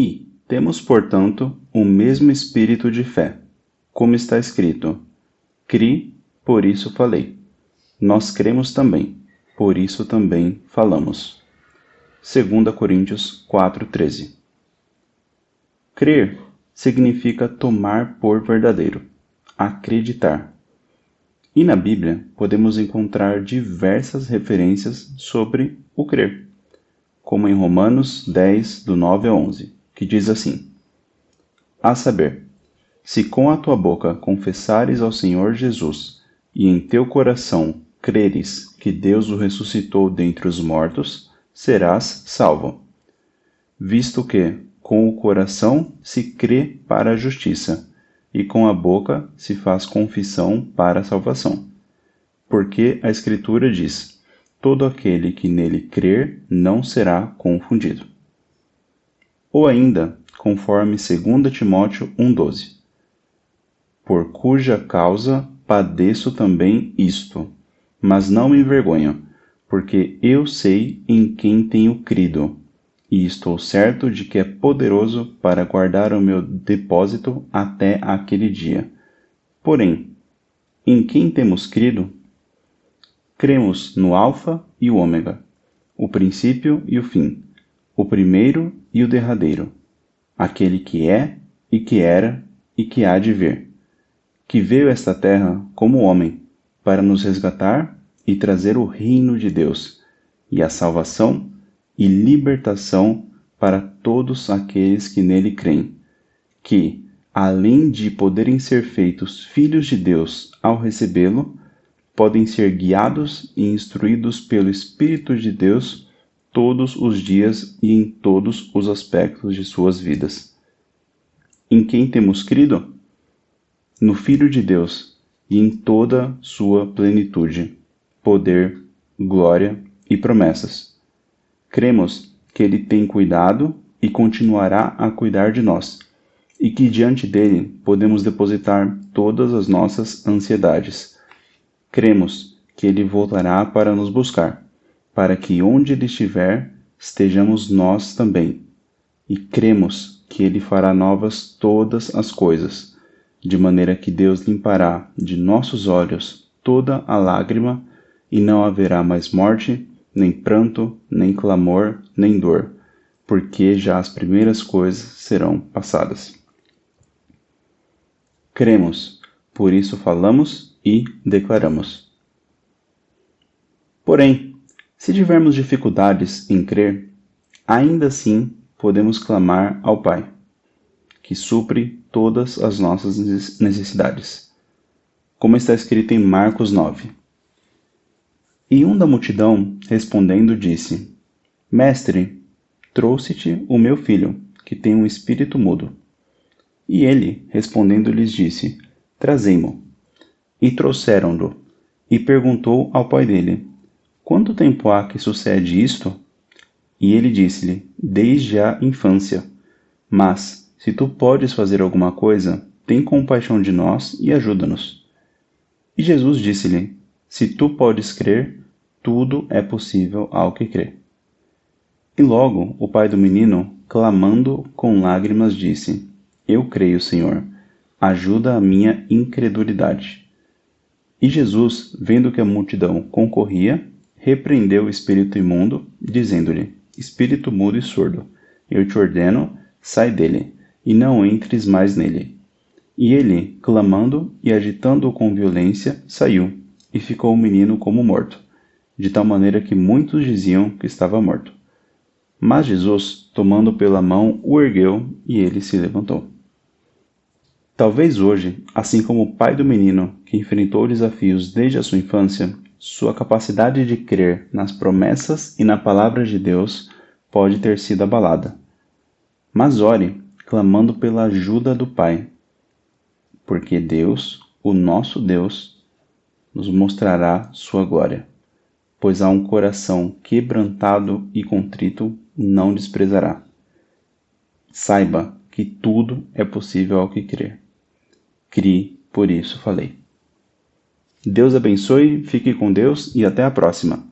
E temos, portanto, o mesmo espírito de fé, como está escrito: Cri, por isso falei. Nós cremos também, por isso também falamos. 2 Coríntios 4:13. Crer significa tomar por verdadeiro, acreditar. E na Bíblia podemos encontrar diversas referências sobre o crer, como em Romanos 10, do 9 a 11, que diz assim: A saber, se com a tua boca confessares ao Senhor Jesus e em teu coração creres que Deus o ressuscitou dentre os mortos, serás salvo. Visto que, com o coração se crê para a justiça, e com a boca se faz confissão para a salvação. Porque a Escritura diz: todo aquele que nele crer não será confundido. Ou ainda, conforme 2 Timóteo 1,12: por cuja causa padeço também isto, mas não me envergonho, porque eu sei em quem tenho crido, e estou certo de que é poderoso para guardar o meu depósito até aquele dia. Porém, em quem temos crido? Cremos no Alfa e o Ômega, o princípio e o fim, o primeiro e o derradeiro, aquele que é e que era e que há de vir, que veio a esta terra como homem, para nos resgatar e trazer o reino de Deus, e a salvação e libertação para todos aqueles que nele creem, que, além de poderem ser feitos filhos de Deus ao recebê-lo, podem ser guiados e instruídos pelo Espírito de Deus todos os dias e em todos os aspectos de suas vidas. Em quem temos crido? No Filho de Deus e em toda sua plenitude, poder, glória e promessas. Cremos que Ele tem cuidado e continuará a cuidar de nós, e que diante dele podemos depositar todas as nossas ansiedades. Cremos que Ele voltará para nos buscar, para que onde Ele estiver, estejamos nós também. E cremos que Ele fará novas todas as coisas, de maneira que Deus limpará de nossos olhos toda a lágrima, e não haverá mais morte, nem pranto, nem clamor, nem dor, porque já as primeiras coisas serão passadas. Cremos, por isso falamos e declaramos. Porém, se tivermos dificuldades em crer, ainda assim podemos clamar ao Pai, que supre todas as nossas necessidades, como está escrito em Marcos 9. E um da multidão, respondendo, disse: Mestre, trouxe-te o meu filho, que tem um espírito mudo. E ele, respondendo, lhes disse: Trazei-mo. E trouxeram-no, e perguntou ao pai dele: Quanto tempo há que sucede isto? E ele disse-lhe: Desde a infância. Mas, se tu podes fazer alguma coisa, tem compaixão de nós e ajuda-nos. E Jesus disse-lhe: Se tu podes crer, tudo é possível ao que crê. E logo o pai do menino, clamando com lágrimas, disse: Eu creio, Senhor, ajuda a minha incredulidade. E Jesus, vendo que a multidão concorria, repreendeu o espírito imundo, dizendo-lhe: Espírito mudo e surdo, eu te ordeno, sai dele, e não entres mais nele. E ele, clamando e agitando-o com violência, saiu, e ficou o menino como morto, de tal maneira que muitos diziam que estava morto. Mas Jesus, tomando pela mão, o ergueu, e ele se levantou. Talvez hoje, assim como o pai do menino, que enfrentou desafios desde a sua infância, sua capacidade de crer nas promessas e na palavra de Deus pode ter sido abalada. Mas ore, clamando pela ajuda do Pai, porque Deus, o nosso Deus, nos mostrará sua glória, pois a um coração quebrantado e contrito não desprezará. Saiba que tudo é possível ao que crer. Crie, por isso falei. Deus abençoe, fique com Deus e até a próxima.